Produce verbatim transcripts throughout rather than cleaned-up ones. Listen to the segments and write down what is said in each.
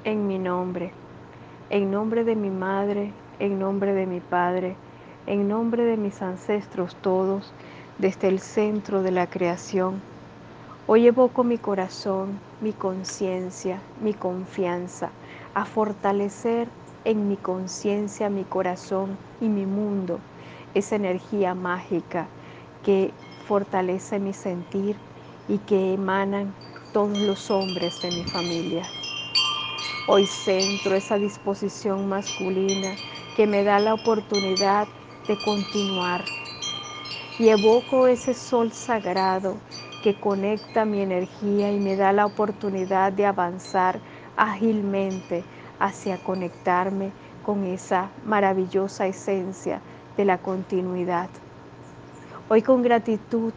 en mi nombre, en nombre de mi madre, en nombre de mi padre, en nombre de mis ancestros todos, desde el centro de la creación. Hoy evoco mi corazón, mi conciencia, mi confianza, a fortalecer en mi conciencia, mi corazón y mi mundo esa energía mágica que fortalece mi sentir y que emanan todos los hombres de mi familia. Hoy centro esa disposición masculina que me da la oportunidad de continuar y evoco ese sol sagrado que conecta mi energía y me da la oportunidad de avanzar ágilmente hacia conectarme con esa maravillosa esencia de la continuidad. Hoy con gratitud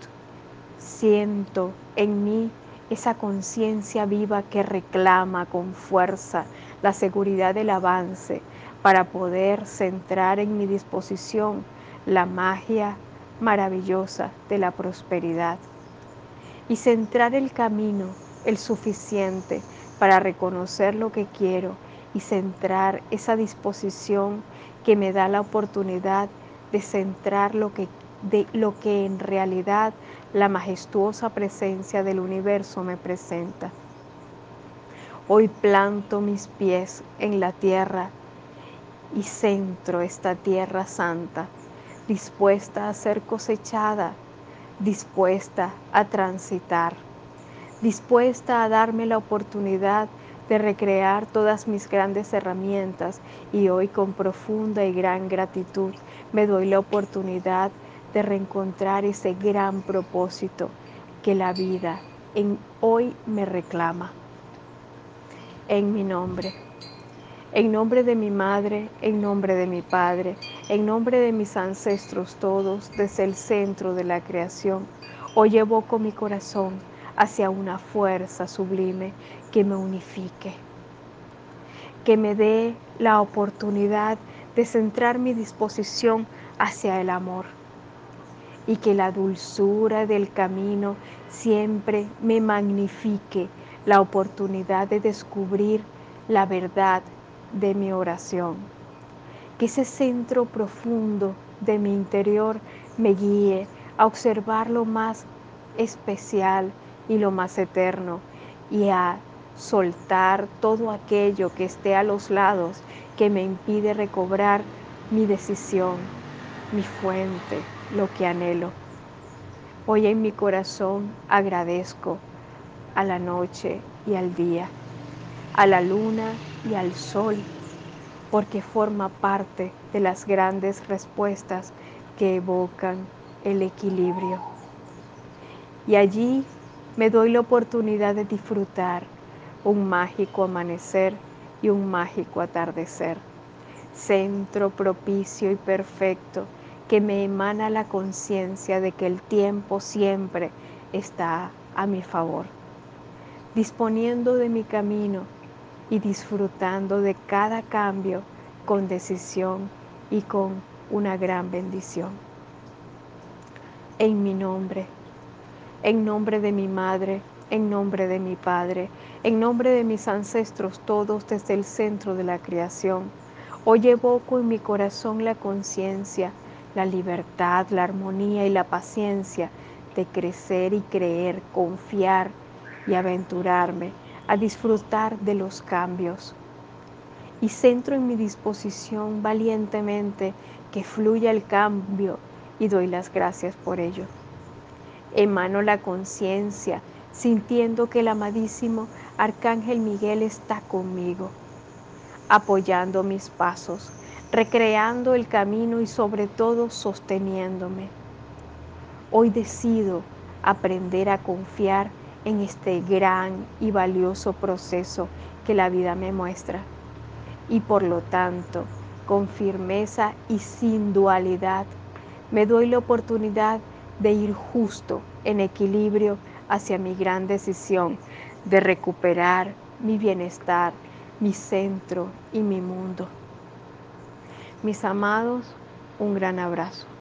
siento en mí esa conciencia viva que reclama con fuerza la seguridad del avance para poder centrar en mi disposición la magia maravillosa de la prosperidad y centrar el camino el suficiente para reconocer lo que quiero y centrar esa disposición que me da la oportunidad de centrar lo que, de lo que en realidad la majestuosa presencia del universo me presenta. Hoy planto mis pies en la tierra y centro esta tierra santa, dispuesta a ser cosechada, dispuesta a transitar, dispuesta a darme la oportunidad de recrear todas mis grandes herramientas y hoy con profunda y gran gratitud me doy la oportunidad de reencontrar ese gran propósito que la vida en hoy me reclama. En mi nombre, en nombre de mi madre, en nombre de mi padre, en nombre de mis ancestros todos, desde el centro de la creación, hoy evoco mi corazón hacia una fuerza sublime que me unifique, que me dé la oportunidad de centrar mi disposición hacia el amor y que la dulzura del camino siempre me magnifique la oportunidad de descubrir la verdad de mi oración. Que ese centro profundo de mi interior me guíe a observar lo más especial y lo más eterno y a soltar todo aquello que esté a los lados que me impide recobrar mi decisión, mi fuente, lo que anhelo. Hoy en mi corazón agradezco a la noche y al día, a la luna y al sol, porque forma parte de las grandes respuestas que evocan el equilibrio. Y allí me doy la oportunidad de disfrutar un mágico amanecer y un mágico atardecer, centro propicio y perfecto que me emana la conciencia de que el tiempo siempre está a mi favor, disponiendo de mi camino y disfrutando de cada cambio con decisión y con una gran bendición. En mi nombre, en nombre de mi madre, en nombre de mi padre, en nombre de mis ancestros todos desde el centro de la creación, hoy evoco en mi corazón la conciencia, la libertad, la armonía y la paciencia de crecer y creer, confiar y aventurarme a disfrutar de los cambios. Y centro en mi disposición valientemente que fluya el cambio y doy las gracias por ello. Emano la conciencia, sintiendo que el amadísimo Arcángel Miguel está conmigo, apoyando mis pasos, recreando el camino y sobre todo sosteniéndome. Hoy decido aprender a confiar en este gran y valioso proceso que la vida me muestra. Y por lo tanto, con firmeza y sin dualidad, me doy la oportunidad de ir justo en equilibrio hacia mi gran decisión de recuperar mi bienestar, mi centro y mi mundo. Mis amados, un gran abrazo.